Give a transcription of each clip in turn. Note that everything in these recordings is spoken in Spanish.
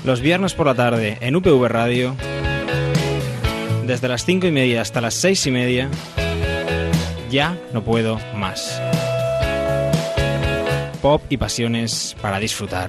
Los viernes por la tarde en UPV Radio, desde las 5:30 hasta las 6:30, ya no puedo más. Pop y pasiones para disfrutar.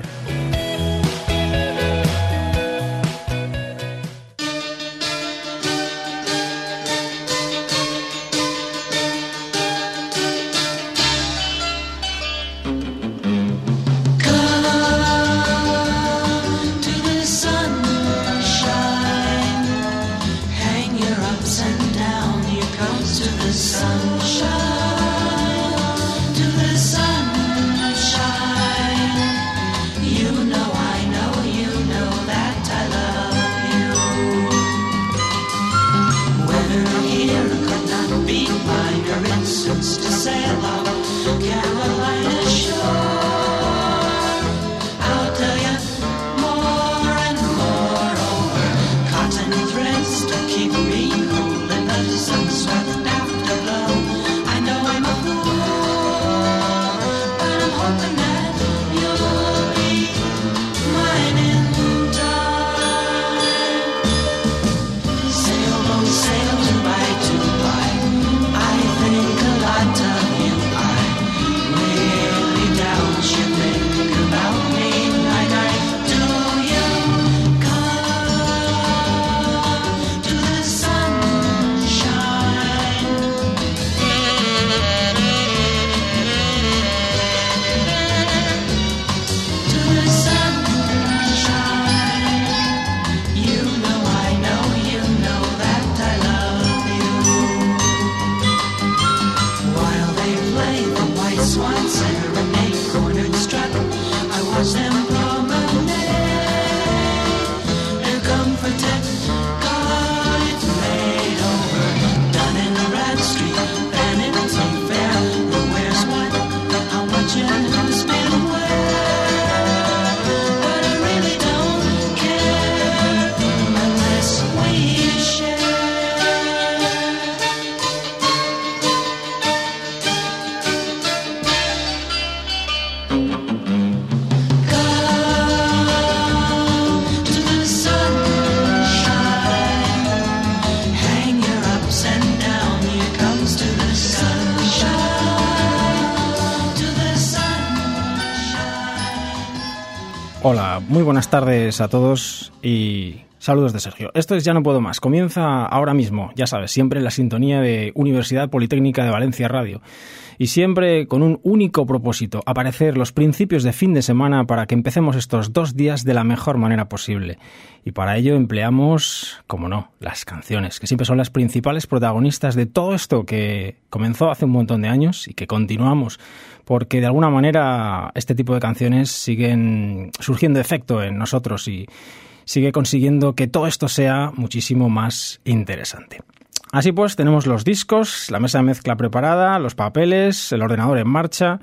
Hola, muy buenas tardes a todos y saludos de Sergio. Esto es Ya no puedo más. Comienza ahora mismo, ya sabes, siempre en la sintonía de Universidad Politécnica de Valencia Radio. Y siempre con un único propósito, aparecer los principios de fin de semana para que empecemos estos 2 días de la mejor manera posible. Y para ello empleamos, como no, las canciones, que siempre son las principales protagonistas de todo esto que comenzó hace un montón de años y que continuamos, porque de alguna manera este tipo de canciones siguen surgiendo efecto en nosotros y sigue consiguiendo que todo esto sea muchísimo más interesante. Así pues, tenemos los discos, la mesa de mezcla preparada, los papeles, el ordenador en marcha.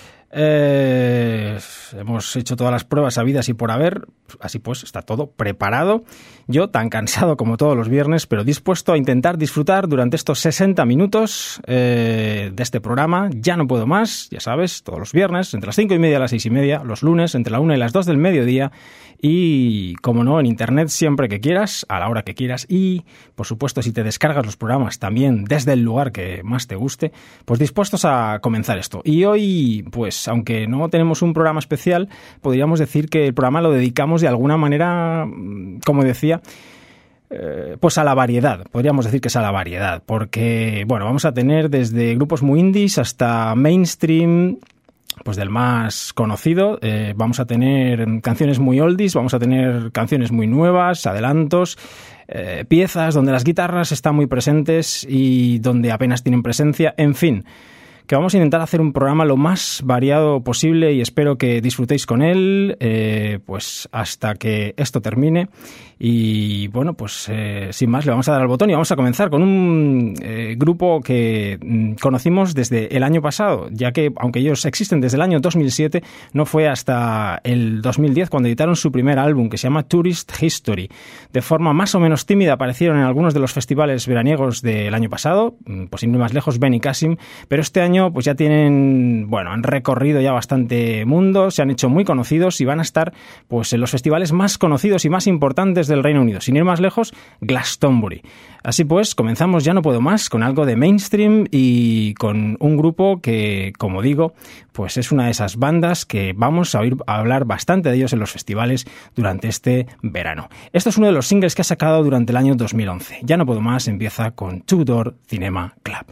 Hemos hecho todas las pruebas habidas y por haber, así pues está todo preparado. Yo tan cansado como todos los viernes, pero dispuesto a intentar disfrutar durante estos 60 minutos de este programa. Ya no puedo más, ya sabes, todos los viernes entre las 5:30 y las 6:30, los lunes entre la 1 y las 2 del mediodía y, como no, en internet siempre que quieras, a la hora que quieras y, por supuesto, si te descargas los programas también desde el lugar que más te guste, pues dispuestos a comenzar esto. Y hoy, pues, aunque no tenemos un programa especial, podríamos decir que el programa lo dedicamos de alguna manera, como decía, pues a la variedad. Podríamos decir que es a la variedad, porque, bueno, vamos a tener desde grupos muy indies hasta mainstream, pues del más conocido. Vamos a tener canciones muy oldies, vamos a tener canciones muy nuevas, adelantos, piezas donde las guitarras están muy presentes y donde apenas tienen presencia, en fin, que vamos a intentar hacer un programa lo más variado posible y espero que disfrutéis con él, pues hasta que esto termine. Y bueno, pues sin más, le vamos a dar al botón y vamos a comenzar con un grupo que conocimos desde el año pasado, ya que aunque ellos existen desde el año 2007, no fue hasta el 2010 cuando editaron su primer álbum, que se llama Tourist History. De forma más o menos tímida aparecieron en algunos de los festivales veraniegos del año pasado, pues sin ir más lejos, Ben y Kasim, pero este año año pues ya tienen, han recorrido ya bastante mundo, se han hecho muy conocidos y van a estar pues en los festivales más conocidos y más importantes del Reino Unido. Sin ir más lejos, Glastonbury. Así pues, comenzamos Ya no puedo más con algo de mainstream y con un grupo que, como digo, pues es una de esas bandas que vamos a oír hablar bastante de ellos en los festivales durante este verano. Esto es uno de los singles que ha sacado durante el año 2011. Ya no puedo más empieza con Two Door Cinema Club.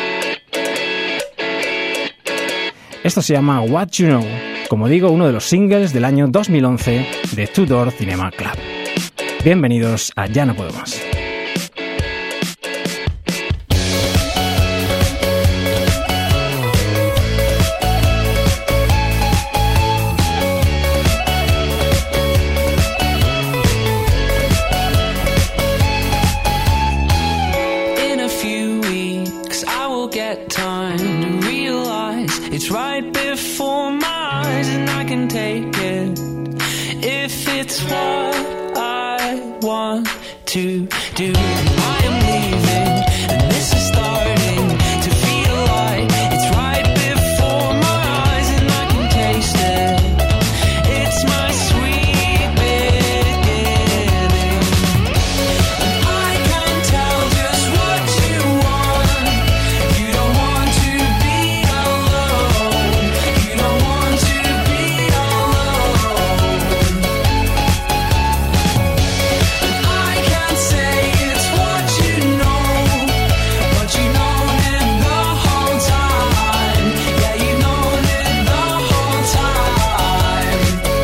Esto se llama What You Know, como digo, uno de los singles del año 2011 de Two Door Cinema Club. Bienvenidos a Ya no puedo más. It's right before my eyes and I can take it if it's what I want to do. I am leaving and this is starting to feel like it's right before my eyes and I can taste it. It's my sweet beginning and I can tell just what you want. You don't want to be alone. You don't want to be alone. And I can't say it's what you know, but you known it the whole time. Yeah, you known it the whole time.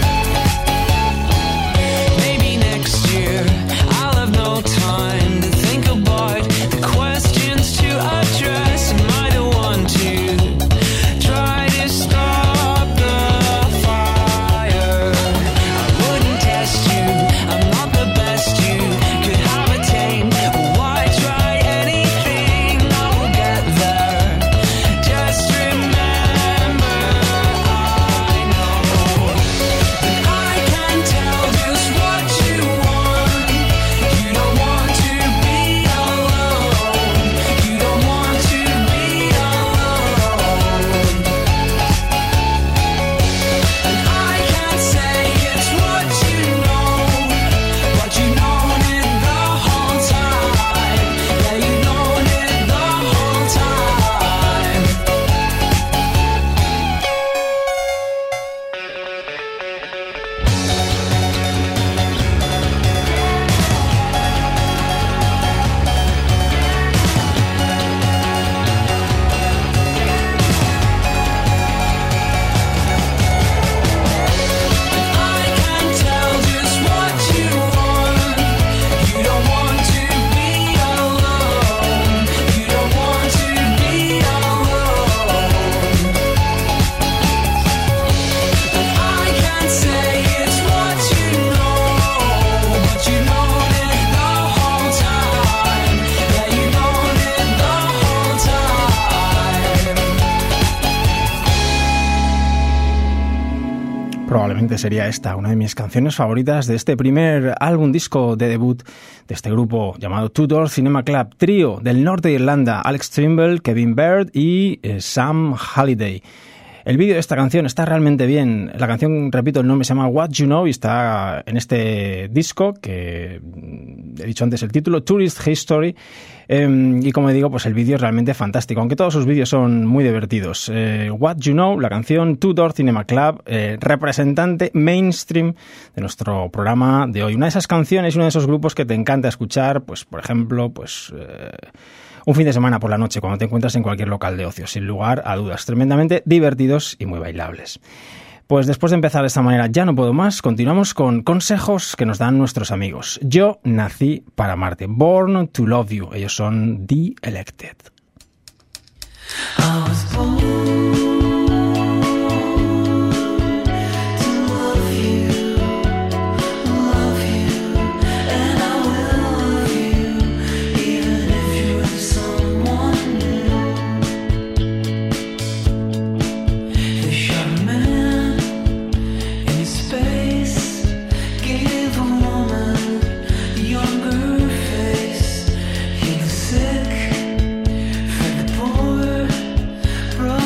Maybe next year I'll have no time to think about the questions to address. Am I the one to try to stop the fire? I wouldn't test you, I'm not the best you could have attained. Why try anything? I will get there. Just remember, I know that I can tell just what you want. You don't want to be alone. You don't want to be alone. And I can't say it's what you know, but you known it the whole time. Yeah, you known it the whole time. I can tell just what you want. You don't want to be alone. You don't want to be alone. And I can't say it's what you know, but you known it the whole time. Yeah, you known it the whole time. Probablemente sería esta, una de mis canciones favoritas de este primer álbum disco de debut de este grupo llamado Two Door Cinema Club, trío del norte de Irlanda, Alex Trimble, Kevin Baird y Sam Halliday. El vídeo de esta canción está realmente bien. La canción, repito, el nombre se llama What You Know y está en este disco que he dicho antes el título, Tourist History. Y como digo, pues el vídeo es realmente fantástico, aunque todos sus vídeos son muy divertidos. What You Know, la canción Two Door Cinema Club, representante mainstream de nuestro programa de hoy. Una de esas canciones y uno de esos grupos que te encanta escuchar, pues por ejemplo, un fin de semana por la noche cuando te encuentras en cualquier local de ocio, sin lugar a dudas, tremendamente divertidos y muy bailables. Pues después de empezar de esta manera Ya no puedo más, continuamos con consejos que nos dan nuestros amigos. Yo nací para amarte, Born to Love You, ellos son The Elected. I was born to love you, and I will love you, even if you're someone new. They shot a man in space, gave a woman a younger face. He was sick, fed the poor,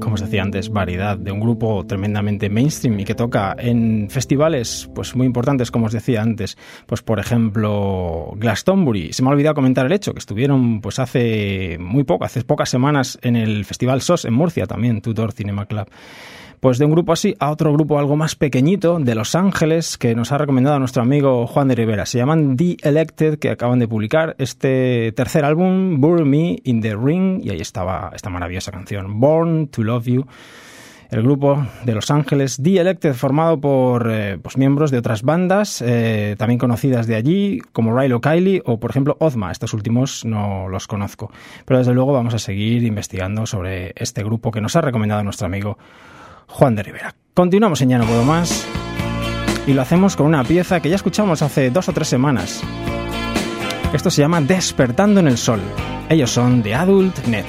como os decía antes, variedad, de un grupo tremendamente mainstream y que toca en festivales pues muy importantes, como os decía antes, pues por ejemplo Glastonbury. Se me ha olvidado comentar el hecho que estuvieron pues hace pocas semanas en el Festival SOS en Murcia también, Two Door Cinema Club. Pues de un grupo así a otro grupo algo más pequeñito de Los Ángeles que nos ha recomendado nuestro amigo Juan de Rivera. Se llaman The Elected, que acaban de publicar este tercer álbum, Bury Me in the Ring, y ahí estaba esta maravillosa canción, Born to Love You. El grupo de Los Ángeles, The Elected, formado por pues miembros de otras bandas también conocidas de allí, como Rilo Kiley o, por ejemplo, Ozma. Estos últimos no los conozco. Pero desde luego vamos a seguir investigando sobre este grupo que nos ha recomendado nuestro amigo Juan de Rivera. Continuamos en Ya No Puedo Más y lo hacemos con una pieza que ya escuchamos hace 2 o 3 semanas. Esto se llama Despertando en el Sol. Ellos son The Adult Net.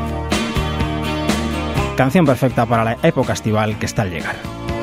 Canción perfecta para la época estival que está al llegar.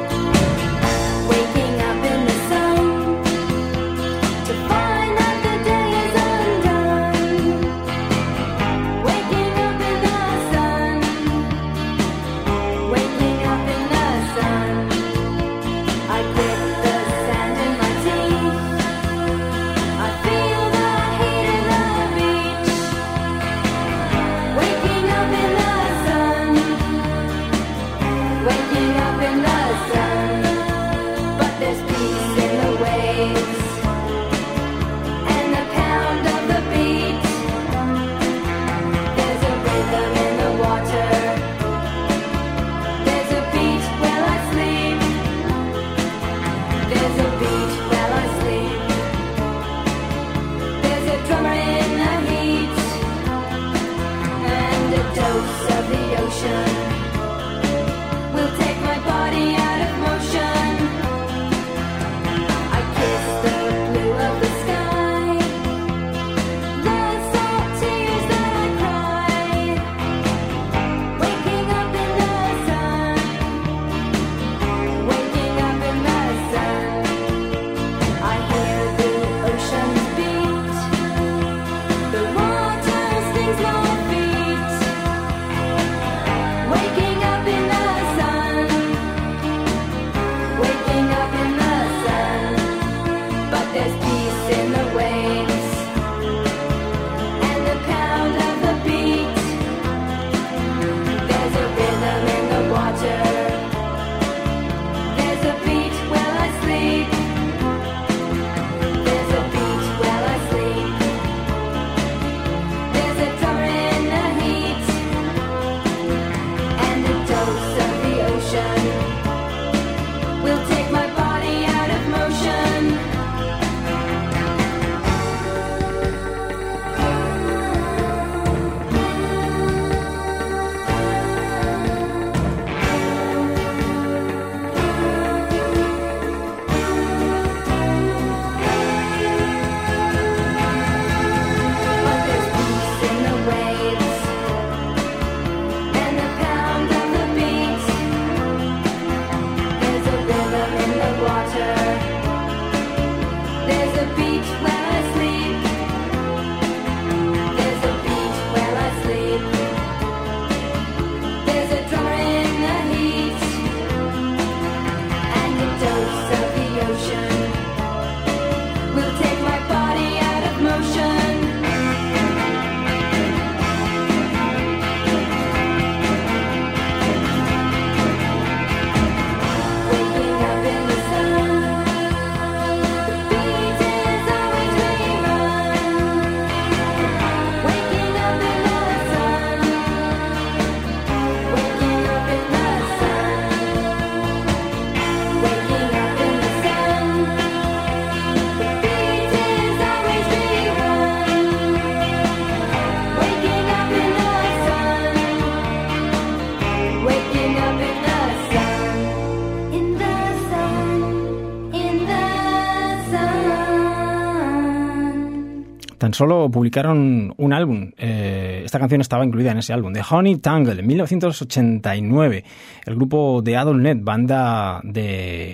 Tan solo publicaron un álbum. Esta canción estaba incluida en ese álbum, The Honey Tangle, en 1989. El grupo de Adult Net, banda de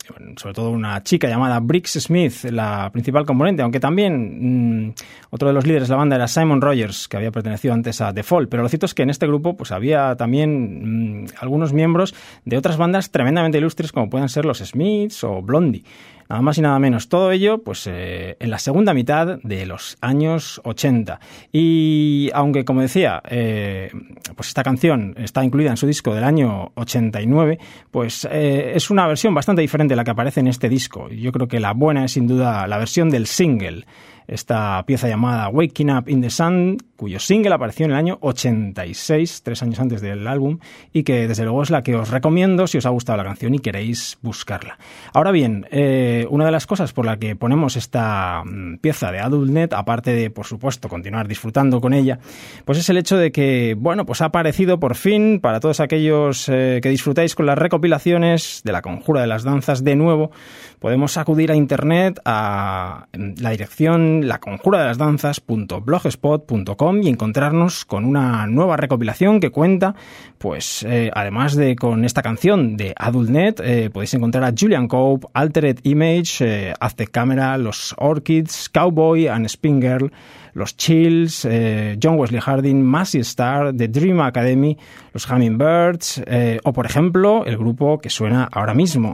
sobre todo una chica llamada Briggs Smith, la principal componente, aunque también otro de los líderes de la banda era Simon Rogers, que había pertenecido antes a The Fall. Pero lo cierto es que en este grupo pues había también algunos miembros de otras bandas tremendamente ilustres, como pueden ser los Smiths o Blondie. Nada más y nada menos. Todo ello pues en la segunda mitad de los años 80. Y aunque, como decía, pues esta canción está incluida en su disco del año 89, pues es una versión bastante diferente a la que aparece en este disco. Yo creo que la buena es sin duda la versión del single. Esta pieza llamada Waking Up in the Sun, cuyo single apareció en el año 86, 3 años antes del álbum, y que desde luego es la que os recomiendo si os ha gustado la canción y queréis buscarla. Ahora bien, una de las cosas por la que ponemos esta pieza de Adult Net, aparte de, por supuesto, continuar disfrutando con ella, pues es el hecho de que, bueno, pues ha aparecido por fin, para todos aquellos que disfrutáis con las recopilaciones de La Conjura de las Danzas, de nuevo, podemos acudir a internet a la dirección laconjuradelasdanzas.blogspot.com y encontrarnos con una nueva recopilación que cuenta, pues además de con esta canción de Adult Net, podéis encontrar a Julian Cope, Altered Image, Aztec Camera, los Orchids, Cowboy and Spin Girl, los Chills, John Wesley Harding, Massey Star, The Dream Academy, los Hummingbirds o, por ejemplo, el grupo que suena ahora mismo.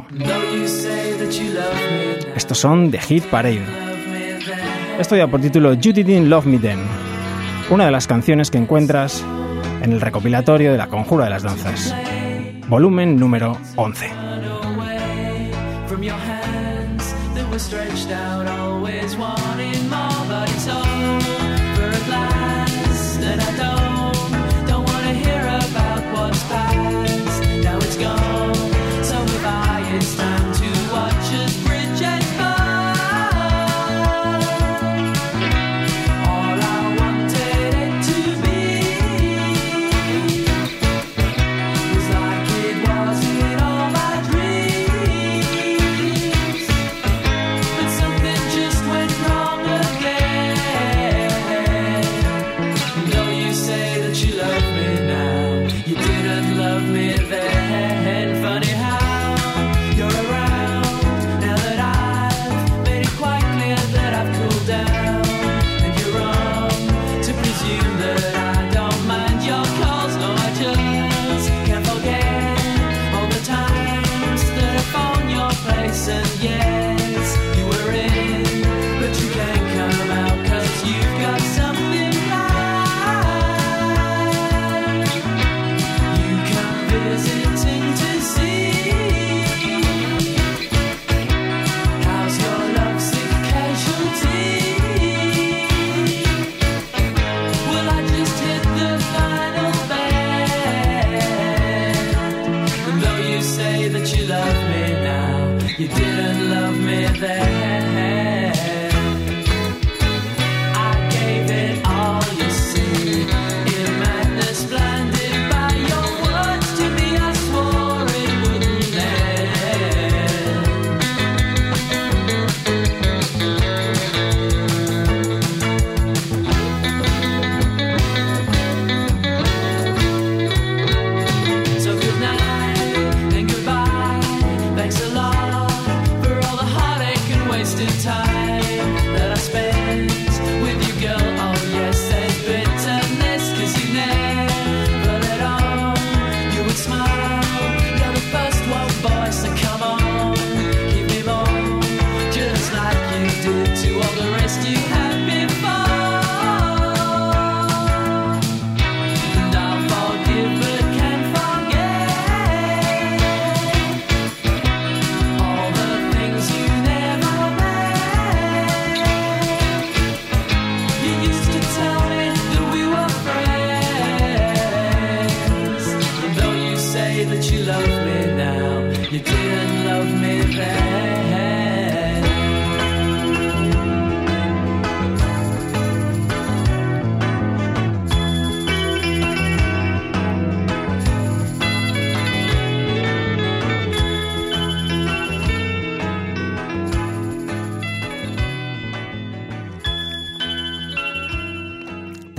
Estos son The Hit Parade. Esto ya por título You Didn't Love Me Then, una de las canciones que encuentras en el recopilatorio de La Conjura de las Danzas, volumen número 11.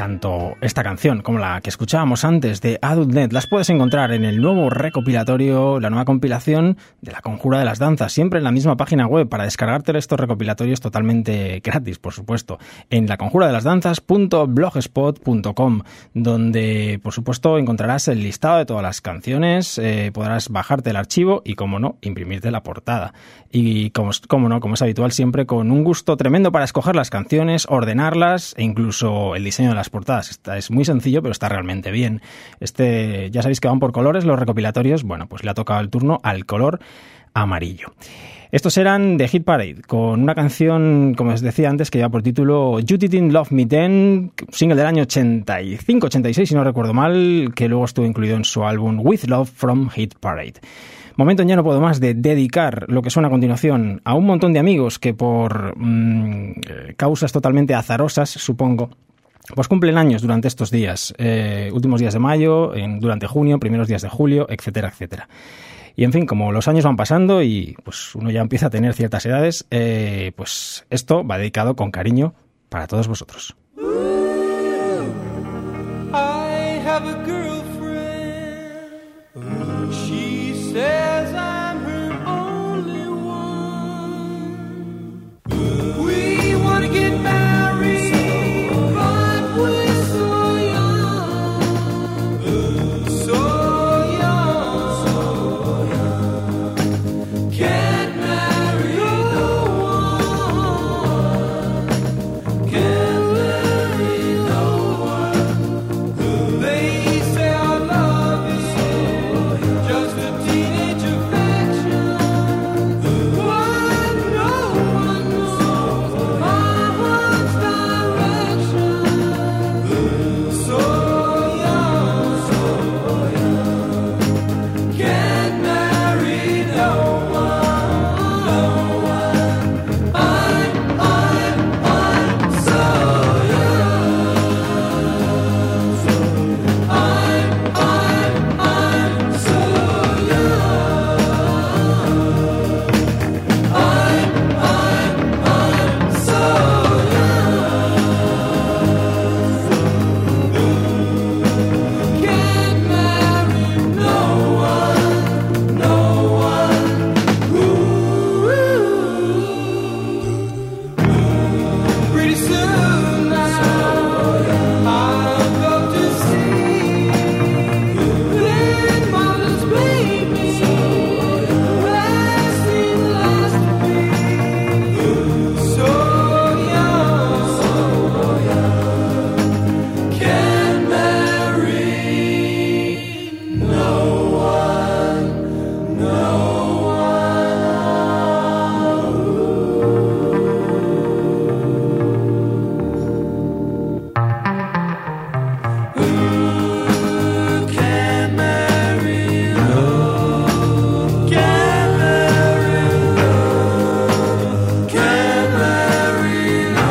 tanto esta canción como la que escuchábamos antes de AdultNet las puedes encontrar en el nuevo recopilatorio, la nueva compilación de La Conjura de las Danzas, siempre en la misma página web para descargarte estos recopilatorios totalmente gratis, por supuesto, en laconjuradelasdanzas.blogspot.com, donde, por supuesto, encontrarás el listado de todas las canciones, podrás bajarte el archivo y, como no, imprimirte la portada. Y, como es habitual, siempre con un gusto tremendo para escoger las canciones, ordenarlas e incluso el diseño de las portadas. Es muy sencillo, pero está realmente bien. Ya sabéis que van por colores los recopilatorios. Bueno, pues le ha tocado el turno al color amarillo. Estos eran The Hit Parade, con una canción, como os decía antes, que lleva por título You Didn't Love Me Then, single del año 85-86, si no recuerdo mal, que luego estuvo incluido en su álbum With Love from Hit Parade. Momento en Ya No Puedo Más de dedicar lo que suena a continuación a un montón de amigos que por causas totalmente azarosas, supongo, pues cumplen años durante estos días, últimos días de mayo, durante junio, primeros días de julio, etcétera, etcétera. Y en fin, como los años van pasando y pues uno ya empieza a tener ciertas edades, pues esto va dedicado con cariño para todos vosotros. I have a girlfriend. She says I'm her only one. We want to get married, but we're so young. So young. Can't marry no one. Can't marry no one. They say our love is just a teenage affection. But no one knows my heart's direction. So young, can't marry no one, no one. I'm so young. I'm so can't marry no one, no one. Pretty soon now I'll go to see then mother's baby resting last week. So young, can't marry no one, no one. Can't marry no, can't marry no, can't marry no,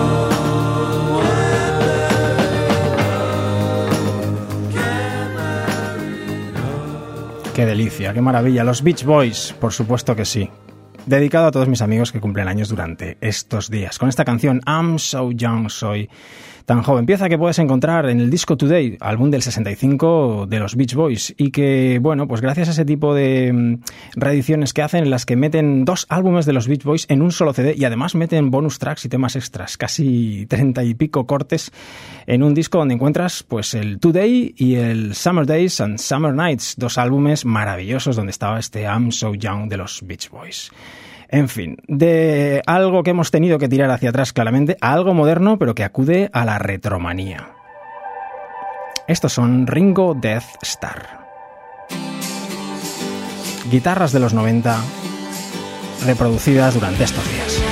can't marry no. ¡Qué delicia, qué maravilla! Los Beach Boys, por supuesto que sí. Dedicado a todos mis amigos que cumplen años durante estos días. Con esta canción, I'm So Young, soy tan joven. Pieza que puedes encontrar en el Disco Today, álbum del 65 de los Beach Boys. Y que, bueno, pues gracias a ese tipo de reediciones que hacen, en las que meten 2 álbumes de los Beach Boys en un solo CD y además meten bonus tracks y temas extras, casi 30 y pico cortes en un disco donde encuentras pues el Today y el Summer Days and Summer Nights, 2 álbumes maravillosos donde estaba este I'm So Young de los Beach Boys. En fin, de algo que hemos tenido que tirar hacia atrás claramente a algo moderno pero que acude a la retromanía. Estos son Ringo Death Star. Guitarras de los 90 reproducidas durante estos días.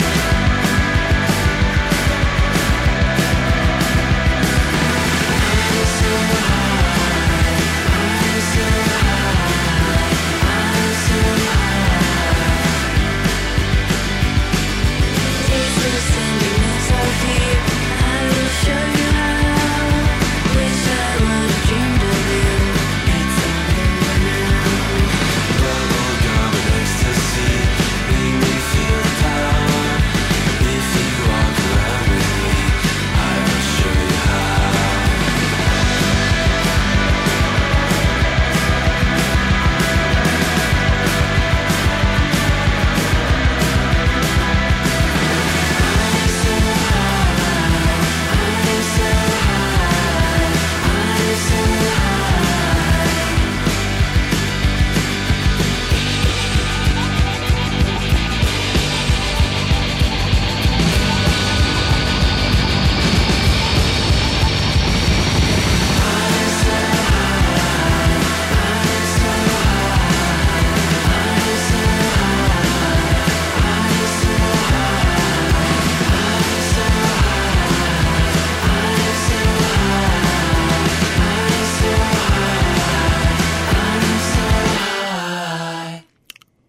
Can't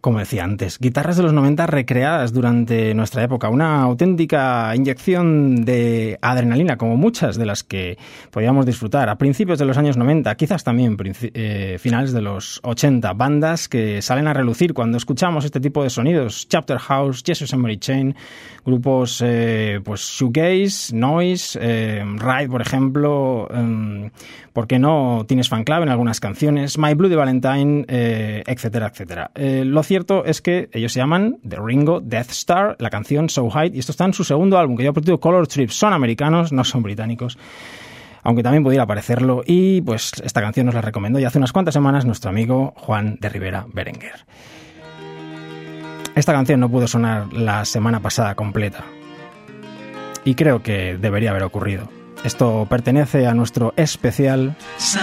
Como decía antes, guitarras de los 90 recreadas durante nuestra época, una auténtica inyección de adrenalina, como muchas de las que podíamos disfrutar a principios de los años 90, quizás también finales de los 80, bandas que salen a relucir cuando escuchamos este tipo de sonidos, Chapter House, Jesus and Mary Chain, grupos pues shoegaze, noise, Ride, por ejemplo, ¿por qué no? Tienes Fan Club en algunas canciones, My Bloody Valentine, etcétera, etcétera. Lo cierto es que ellos se llaman The Ringo Death Star, la canción So High, y esto está en su segundo álbum, que yo he aprendido Color Trip. Son americanos, no son británicos, aunque también pudiera parecerlo, y pues esta canción nos la recomendó ya hace unas cuantas semanas nuestro amigo Juan de Rivera Berenguer. Esta canción no pudo sonar la semana pasada completa, y creo que debería haber ocurrido. Esto pertenece a nuestro especial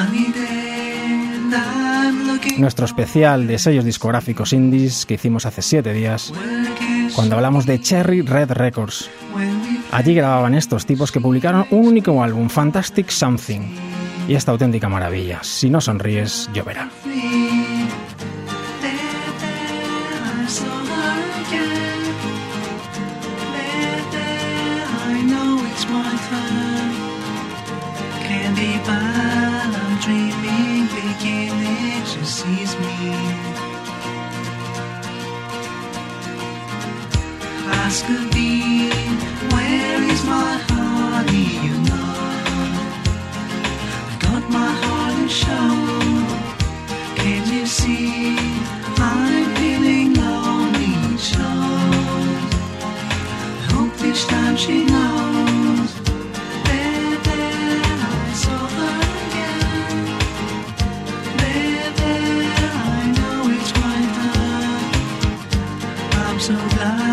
de sellos discográficos indies que hicimos hace 7 días, cuando hablamos de Cherry Red Records. Allí grababan estos tipos que publicaron un único álbum, Fantastic Something, y esta auténtica maravilla, Si no sonríes, lloverá. Ask a bee, where is my honey? You know, I got my heart and show. Can't you see? I'm feeling lonely. It shows. I hope this time she knows. There, I saw her again. There, I know it's my time. I'm so glad.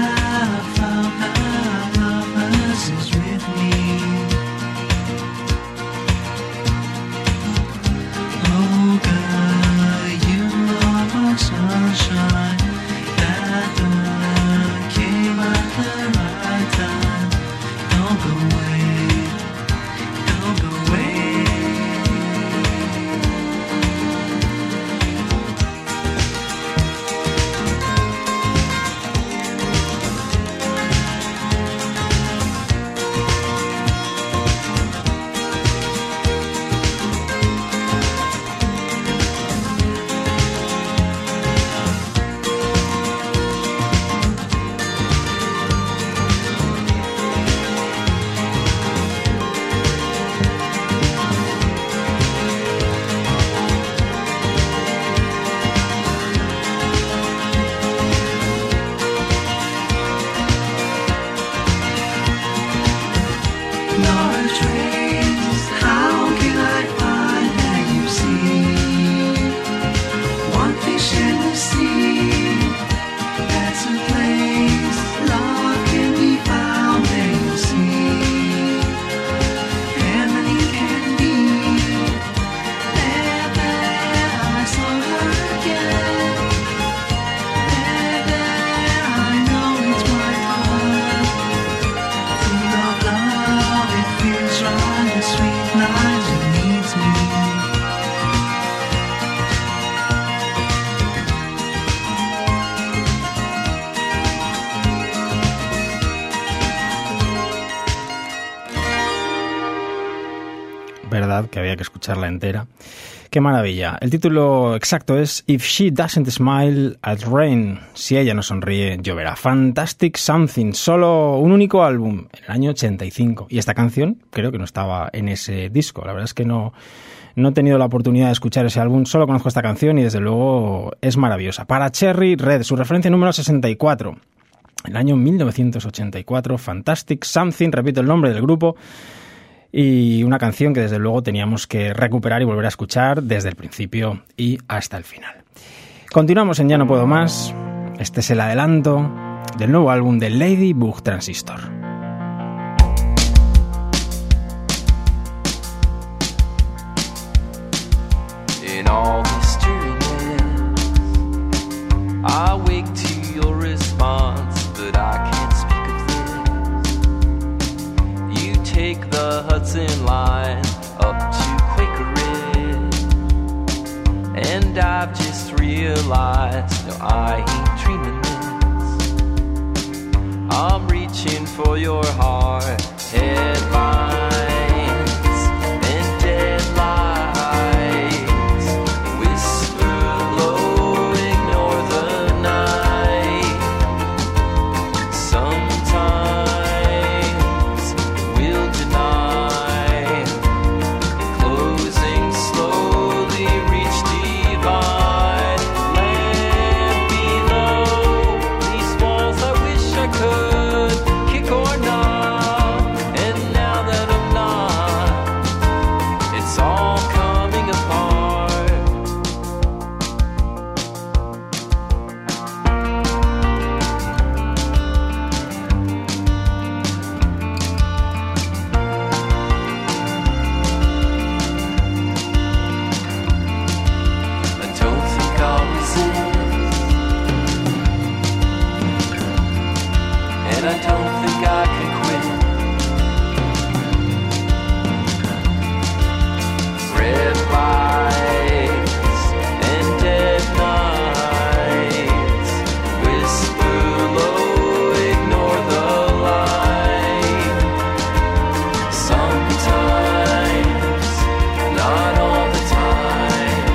Verdad que había que escucharla entera. ¡Qué maravilla! El título exacto es If She Doesn't Smile at Rain. Si ella no sonríe, lloverá. Fantastic Something. Solo un único álbum en el año 85. Y esta canción creo que no estaba en ese disco. La verdad es que no he tenido la oportunidad de escuchar ese álbum. Solo conozco esta canción y desde luego es maravillosa. Para Cherry Red, su referencia número 64. El año 1984. Fantastic Something. Repito el nombre del grupo. Y una canción que desde luego teníamos que recuperar y volver a escuchar desde el principio y hasta el final. Continuamos en Ya no puedo más. Este es el adelanto del nuevo álbum de Ladybug Transistor. In all mystery, I wake to your response, but I can't speak of this. You take the Hudson line up to Quaker Ridge, and I've just realized, no, I ain't dreaming this. I'm reaching for your heart. Headlines and deadlines. Whisper low, ignore the night. Sometimes we'll deny. Closing slowly, reach divine. Land below these walls, I wish I could kick or knock. And now that I'm not, it's all coming apart. I don't think I'll resist, and I don't think I can quit. Red lights and dead nights. Whisper low, ignore the light. Sometimes, not all the time.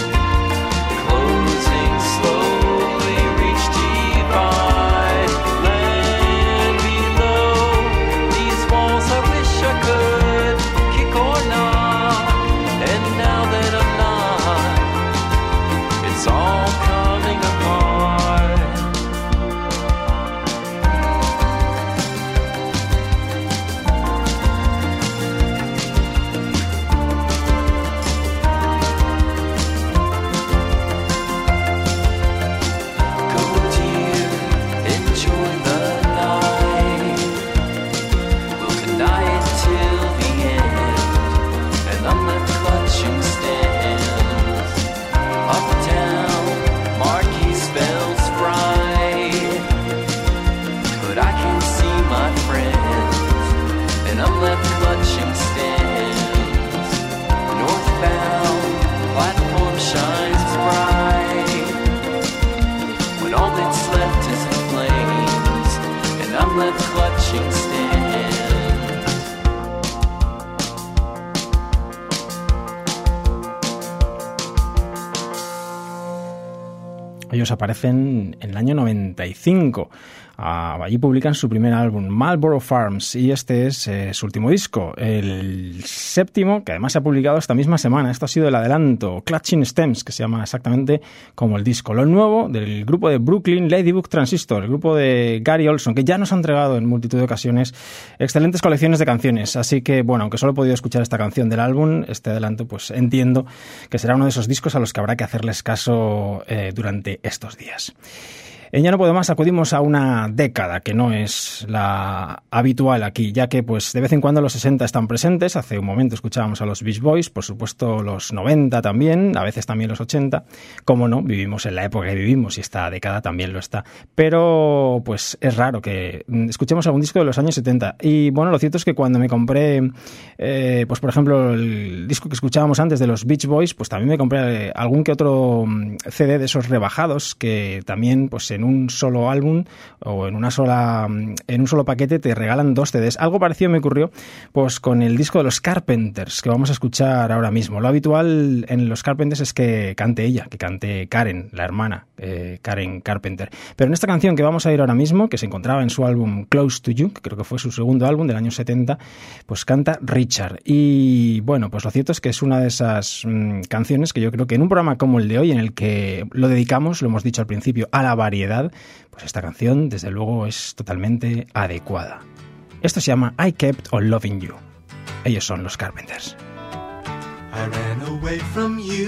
Closing slowly, reach divine. Land below these walls, I wish I could kick or knock. And now that I'm not, it's all coming apart. Go dear, enjoy the night. We'll deny it till the end, and I'm left clutching stands. Uptown, marquee spells bright, but I can see my friends, and I'm left clutching stands. Northbound, platform shines bright, when all that's left is in flames, and I'm left clutching stands. Ellos aparecen en el año 95. Allí publican su primer álbum, Marlboro Farms, y este es su último disco, el séptimo, que además se ha publicado esta misma semana. Esto ha sido el adelanto, Clutching Stems, que se llama exactamente como el disco. Lo nuevo del grupo de Brooklyn, Ladybug Transistor, el grupo de Gary Olson, que ya nos han entregado en multitud de ocasiones excelentes colecciones de canciones. Así que, bueno, aunque solo he podido escuchar esta canción del álbum, este adelanto, pues entiendo que será uno de esos discos a los que habrá que hacerles caso durante estos días. En Ya no puedo más acudimos a una década que no es la habitual aquí, ya que pues de vez en cuando los 60 están presentes. Hace un momento escuchábamos a los Beach Boys, por supuesto los 90 también, a veces también los 80. Como no, vivimos en la época que vivimos y esta década también lo está. Pero pues es raro que escuchemos algún disco de los años 70. Y bueno, lo cierto es que cuando me compré, pues por ejemplo, el disco que escuchábamos antes de los Beach Boys, pues también me compré algún que otro CD de esos rebajados que también pues en un solo álbum o en un solo paquete te regalan 2 CDs. Algo parecido me ocurrió pues con el disco de los Carpenters que vamos a escuchar ahora mismo. Lo habitual en los Carpenters es que cante ella, que cante Karen, la hermana, Karen Carpenter. Pero en esta canción que vamos a ir ahora mismo, que se encontraba en su álbum Close to You, que creo que fue su segundo álbum del año 70, pues canta Richard. Y bueno, pues lo cierto es que es una de esas canciones que yo creo que en un programa como el de hoy, en el que lo dedicamos, lo hemos dicho al principio, a la variedad, pues esta canción desde luego es totalmente adecuada. Esto se llama I Kept On Loving You. Ellos son los Carpenters. I ran away from you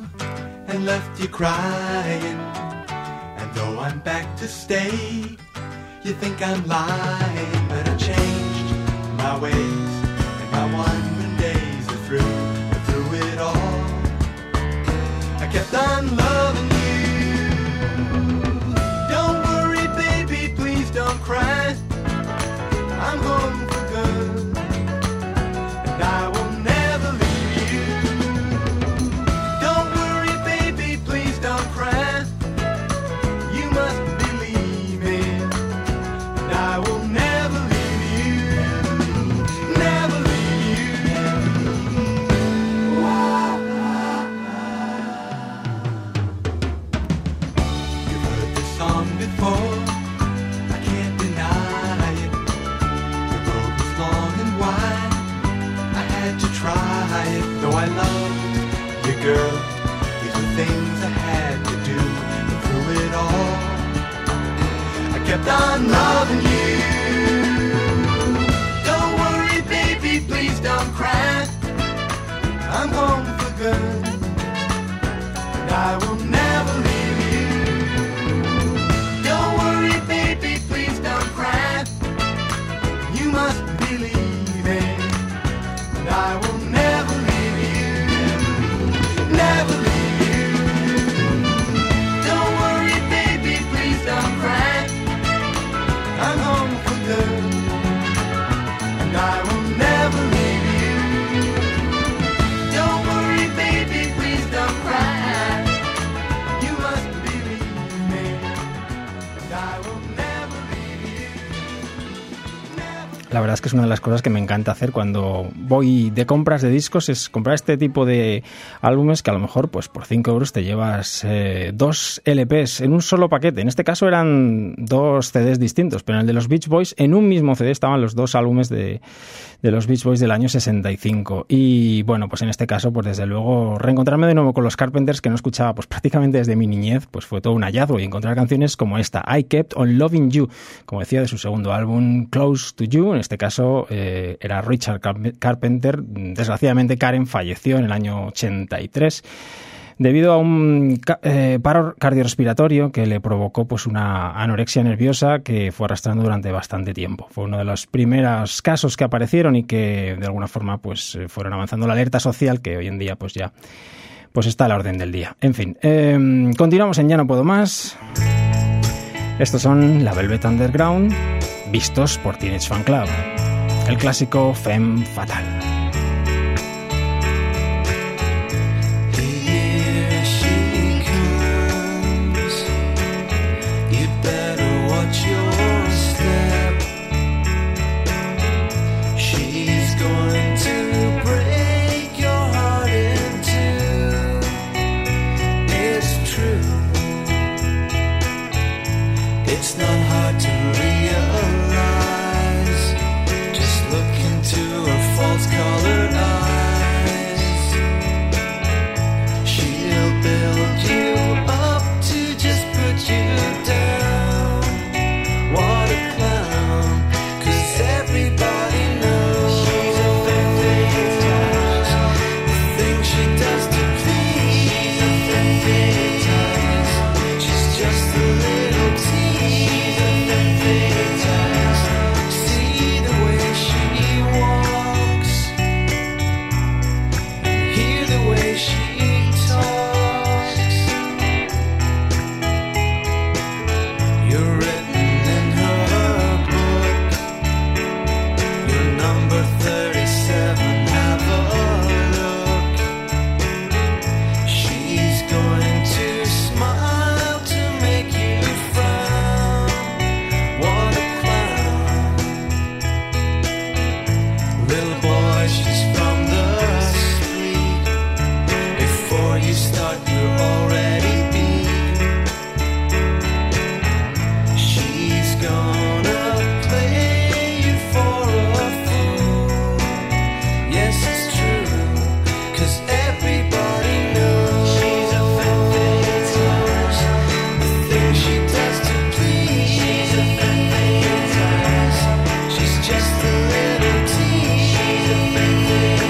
and left you crying. And though I'm back to stay, you think I'm lying. But I changed my ways and my wandering days are through it all. I kept on loving you. Don't worry, baby, please don't cry. I'm home for good, and I will never leave you. Don't worry, baby, please don't cry. You must things I had to do. But through it all, I kept on loving you. Don't worry, baby, please don't cry. I'm home for good, and I will never leave you. Don't worry, baby, please don't cry. You must believe it, and I will never leave you, never leave you. Don't worry, baby, please don't cry. I'm home for good, and I will never leave you. Don't worry, baby, please don't cry. You must believe me, and I will never leave you. La verdad es que es una de las cosas que me encanta hacer cuando voy de compras de discos, es comprar este tipo de álbumes que a lo mejor pues por 5 euros te llevas 2 LPs en un solo paquete. En este caso eran 2 CDs distintos, pero en el de los Beach Boys en un mismo CD estaban los 2 álbumes de los Beach Boys del año 65. Y bueno, pues en este caso, pues desde luego reencontrarme de nuevo con los Carpenters, que no escuchaba pues prácticamente desde mi niñez, pues fue todo un hallazgo, y encontrar canciones como esta, I Kept on Loving You, como decía, de su segundo álbum Close to You. En este caso era Richard Carpenter. Desgraciadamente Karen falleció en el año 83 debido a un paro cardiorrespiratorio que le provocó pues una anorexia nerviosa que fue arrastrando durante bastante tiempo. Fue uno de los primeros casos que aparecieron y que de alguna forma pues fueron avanzando la alerta social, que hoy en día pues ya pues está a la orden del día. En fin, continuamos en Ya no puedo más. Estos son la Velvet Underground, vistos por Teenage Fan Club, el clásico Femme Fatale. Here she comes. You better watch your step. She's going to break your heart in two. It's true. It's not hard to realize. Just look into her false-colored eyes. She'll build you up to just put you down. What a clown, 'cause everybody knows she's a fantastic. The things she does to please, she's a fantastic. She's just a little tease, a fantastic. See the way she walks, hear the way she talks. You're written in her book. You're number 37, have a look. She's going to smile to make you frown. What a clown. Little boy, she's from the street. Before you start, you're already beat. She's gonna play you for a fool. Yes, it's true, 'cause everybody knows she's a fantastic. The things she does to please, she's a fantastic. She's just a little tease, she's a fantastic.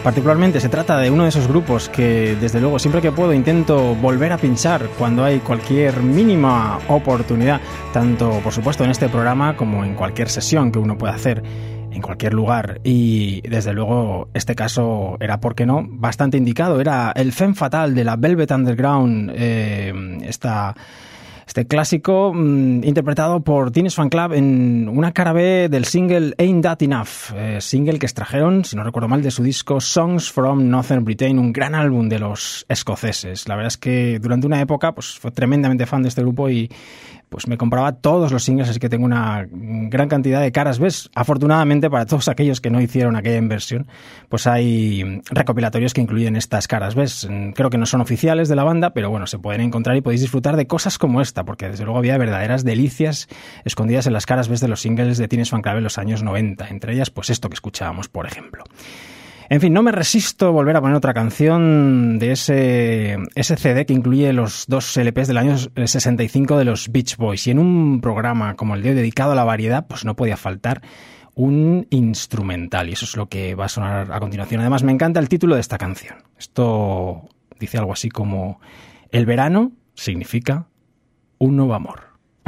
Particularmente se trata de uno de esos grupos que, desde luego, siempre que puedo intento volver a pinchar cuando hay cualquier mínima oportunidad, tanto, por supuesto, en este programa como en cualquier sesión que uno pueda hacer en cualquier lugar. Y, desde luego, este caso era, ¿por qué no?, bastante indicado. Era el Femme Fatale de la Velvet Underground, este clásico interpretado por Teenage Fanclub en una cara B del single Ain't That Enough, single que extrajeron, si no recuerdo mal, de su disco Songs from Northern Britain, un gran álbum de los escoceses. La verdad es que durante una época pues fue tremendamente fan de este grupo y pues me compraba todos los singles, así que tengo una gran cantidad de caras B. Afortunadamente, para todos aquellos que no hicieron aquella inversión, pues hay recopilatorios que incluyen estas caras B. Creo que no son oficiales de la banda, pero bueno, se pueden encontrar y podéis disfrutar de cosas como esta, porque desde luego había verdaderas delicias escondidas en las caras B de los singles de Teenage Fanclub en los años 90, entre ellas pues esto que escuchábamos, por ejemplo. En fin, no me resisto a volver a poner otra canción de ese CD que incluye los dos LPs del año 65 de los Beach Boys. Y en un programa como el de hoy dedicado a la variedad, pues no podía faltar un instrumental. Y eso es lo que va a sonar a continuación. Además, me encanta el título de esta canción. Esto dice algo así como: el verano significa un nuevo amor.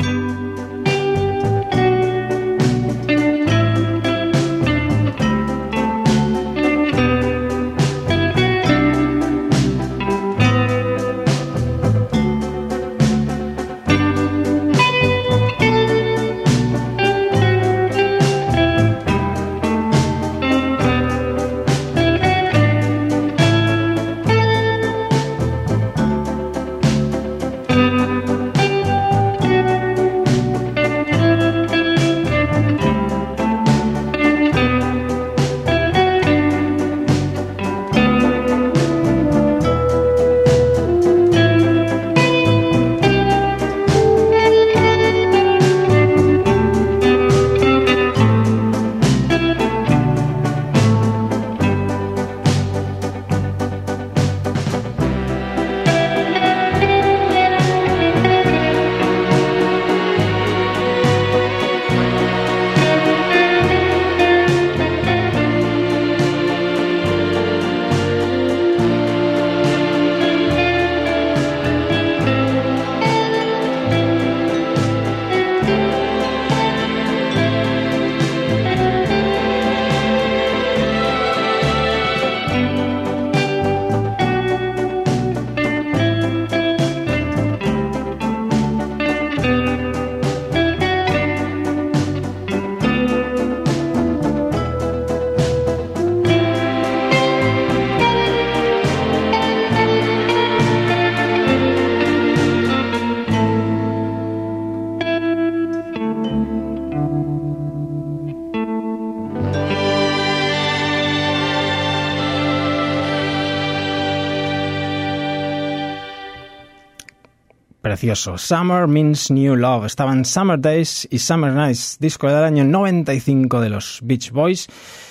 Precioso. Summer Means New Love. Estaban Summer Days y Summer Nights, disco del año 95 de los Beach Boys.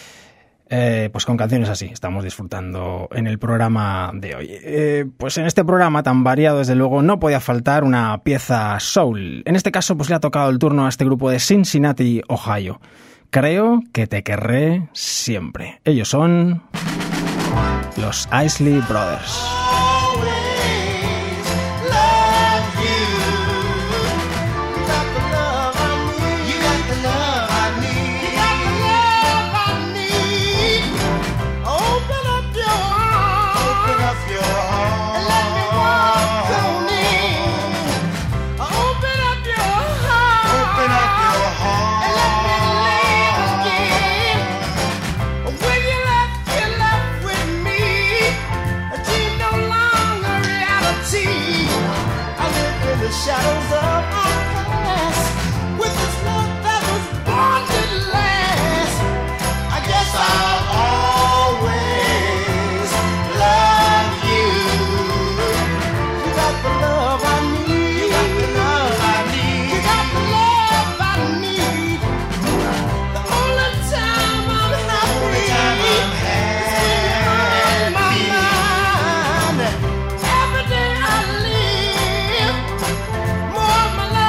Pues con canciones así estamos disfrutando en el programa de hoy. Pues en este programa tan variado, desde luego, no podía faltar una pieza soul. En este caso, pues le ha tocado el turno a este grupo de Cincinnati, Ohio. Creo que te querré siempre. Ellos son los Isley Brothers. Shadows of our past, with this love that was born to last. I guess I'll always love you. You got the love I need. You got the love I need. You got the love I need. The only time I'm happy is when you're on my mind. Every day I live more of my life.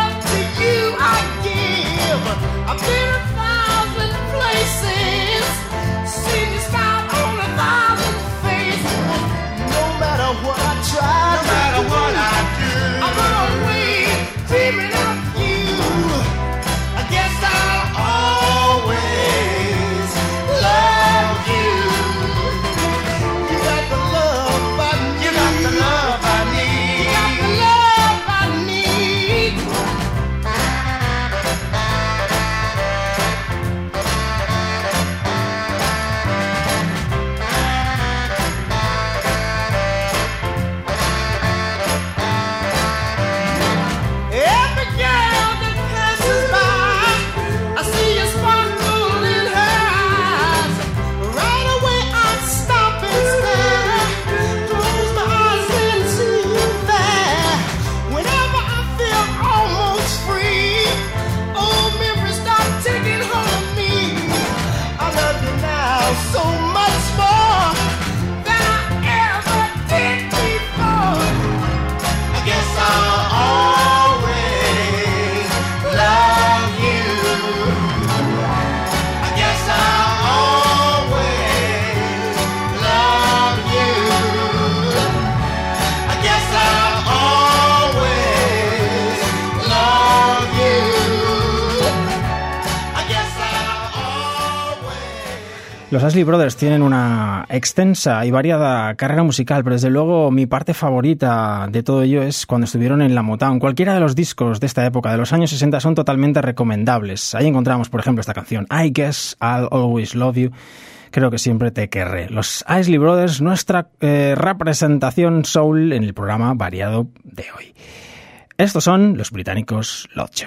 Los Isley Brothers tienen una extensa y variada carrera musical, pero desde luego mi parte favorita de todo ello es cuando estuvieron en la Motown. Cualquiera de los discos de esta época, de los años 60, son totalmente recomendables. Ahí encontramos, por ejemplo, esta canción, I Guess I'll Always Love You. Creo que siempre te querré. Los Isley Brothers, nuestra representación soul en el programa variado de hoy. Estos son los británicos Lodger.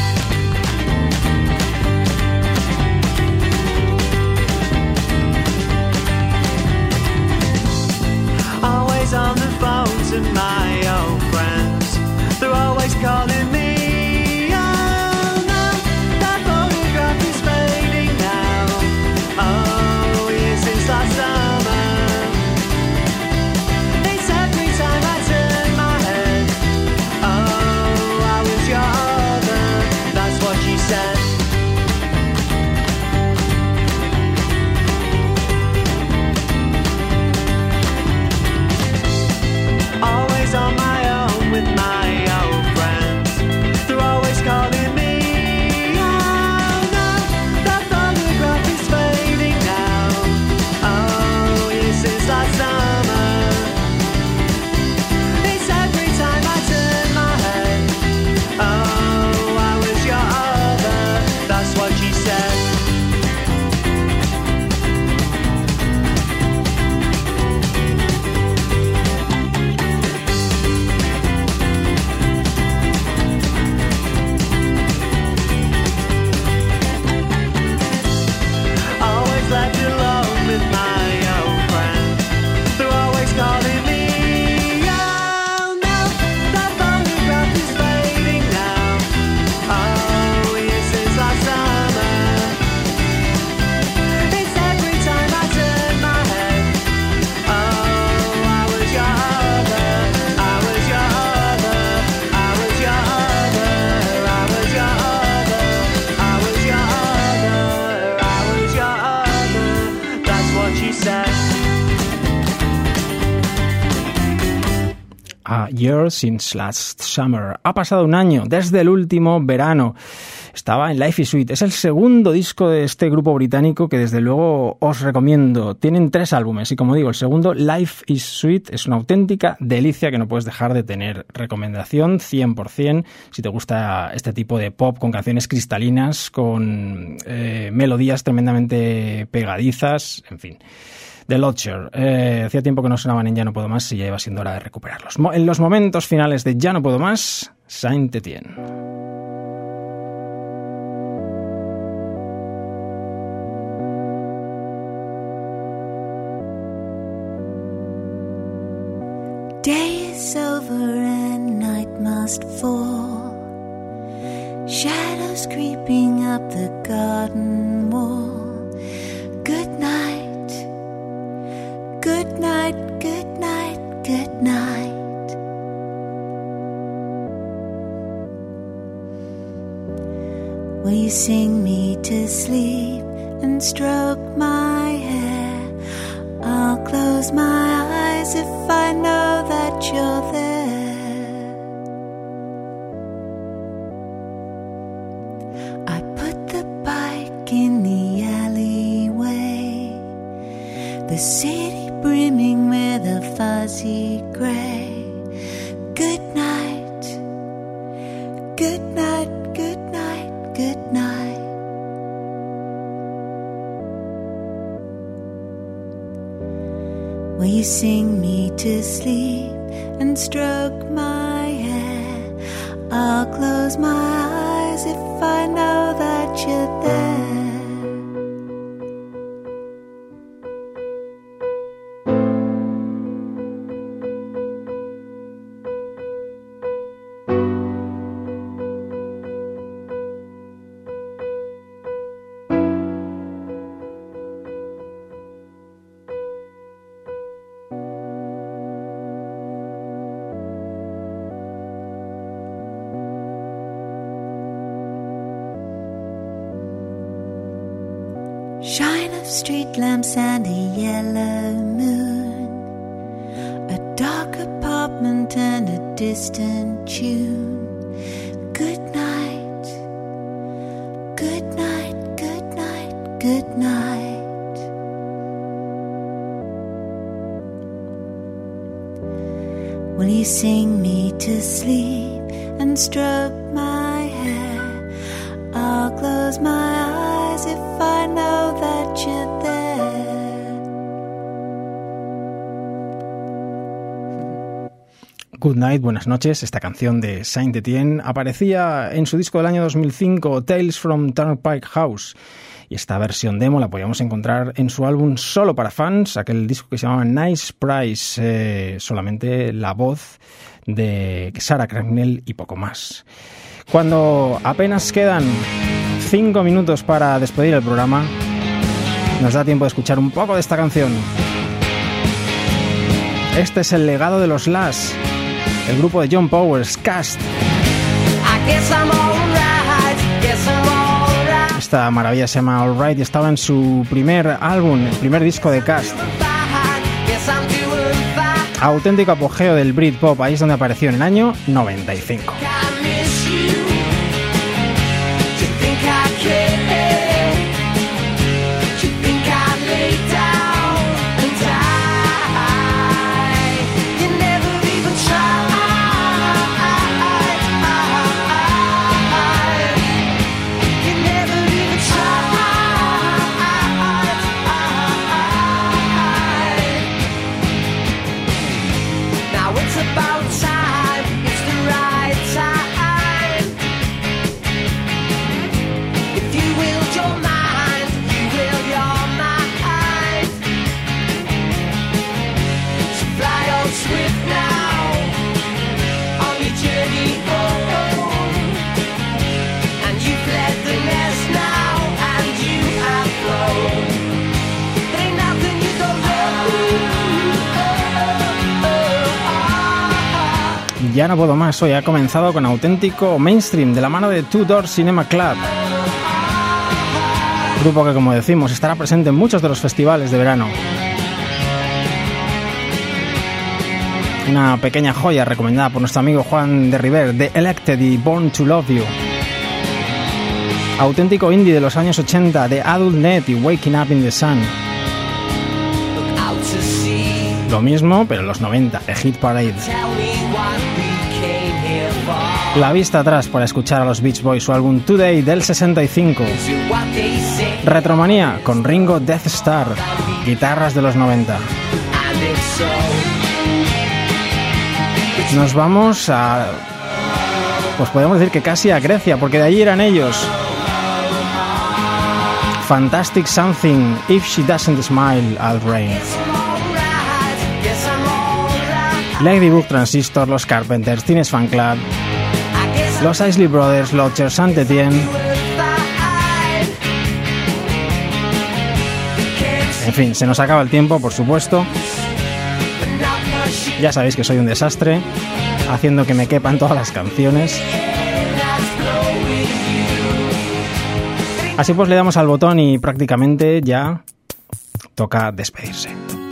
Always on the phone to my old friends. They're always calling me. Oh no, that photograph is fading now. Oh, yes, since last summer. It's every time I turn my head. Oh, I was your other. That's what she said. Always on my own with my old friends. They're always calling me. Oh no, that photograph is fading now. Oh, yes, since last summer. It's every time I turn my head. Oh, I was your other. That's what she said. Always left alone with my old friends. They're always calling me. Oh no, that photograph is fading now. Oh, yes, since last summer. It's every time I turn my head. Oh, I was your other. I was your other. I was your other. I was your other. I was your other. I was your other. That's what she said. A Year Since Last Summer. Ha pasado un año desde el último verano. Estaba en Life is Sweet. Es el segundo disco de este grupo británico que desde luego os recomiendo. Tienen 3 álbumes y como digo, el segundo, Life is Sweet, es una auténtica delicia que no puedes dejar de tener. Recomendación 100% si te gusta este tipo de pop con canciones cristalinas, con melodías tremendamente pegadizas, en fin. The Lodger. Hacía tiempo que no sonaban en Ya no puedo más y ya iba siendo hora de recuperarlos. En los momentos finales de Ya no puedo más, Saint-Étienne. Day is over and night must fall. Shadows creeping up the garden wall. Good night, good night, good night, good night. Will you sing me to sleep and stroke my hair? I'll close my eyes if I know that you're there. I put the bike in the alleyway, the city brimming with a fuzzy grey. Good night, good night, good night, good night. Will you sing me to sleep and stroke my hair? I'll close my eyes if I know that you're there. Shine of street lamps and a yellow moon, a dark apartment and a distant tune. Good night, good night, good night, good night. Will you sing me to sleep and stroke my hair? I'll close my eyes if I know that you're there. Good Night, buenas noches. Esta canción de Saint-Étienne aparecía en su disco del año 2005, Tales from Turnpike House. Y esta versión demo la podíamos encontrar en su álbum Solo para Fans, aquel disco que se llamaba Nice Price, solamente la voz de Sarah Cracknell y poco más. Cuando apenas quedan 5 minutos para despedir el programa, nos da tiempo de escuchar un poco de esta canción. Este es el legado de los Lash, el grupo de John Powers, Cast. Esta maravilla se llama All Right y estaba en su primer álbum, el primer disco de Cast. Auténtico apogeo del Britpop, ahí es donde apareció en el año 95. Ya no puedo más, hoy ha comenzado con auténtico mainstream de la mano de Two Door Cinema Club. Grupo que, como decimos, estará presente en muchos de los festivales de verano. Una pequeña joya recomendada por nuestro amigo Juan de River, The Elected y Born to Love You. Auténtico indie de los años 80, de Adult Net y Waking Up in the Sun. Lo mismo, pero en los 90, The Hit Parade. La vista atrás para escuchar a los Beach Boys, su álbum Today del 65. Retromanía con Ringo Death Star, guitarras de los 90. Nos vamos a... pues podemos decir que casi a Grecia, porque de allí eran ellos. Fantastic Something, If She Doesn't Smile, I'll Rain. Ladybug, Transistor, Los Carpenters, Teenage Fan Club, los Isley Brothers, Lodger, Saint-Étienne. En fin, se nos acaba el tiempo, por supuesto. Ya sabéis que soy un desastre, haciendo que me quepan todas las canciones. Así pues le damos al botón y prácticamente ya toca despedirse.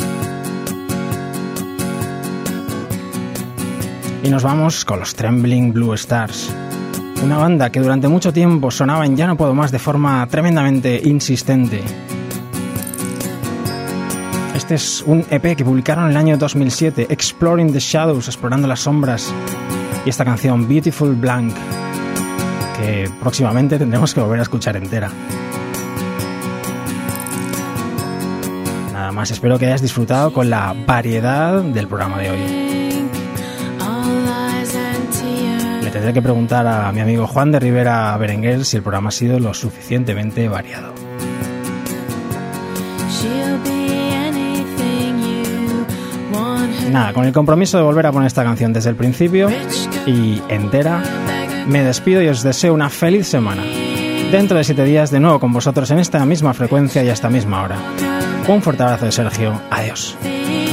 Y nos vamos con los Trembling Blue Stars, una banda que durante mucho tiempo sonaba en Ya no puedo más de forma tremendamente insistente. Este es un EP que publicaron en el año 2007, Exploring the Shadows, explorando las sombras, y esta canción Beautiful Blank, que próximamente tendremos que volver a escuchar entera. Nada más, espero que hayas disfrutado con la variedad del programa de hoy. Tendré que preguntar a mi amigo Juan de Rivera Berenguer si el programa ha sido lo suficientemente variado. Nada, con el compromiso de volver a poner esta canción desde el principio y entera, me despido y os deseo una feliz semana. Dentro de 7 días de nuevo con vosotros en esta misma frecuencia y a esta misma hora. Un fuerte abrazo de Sergio. Adiós.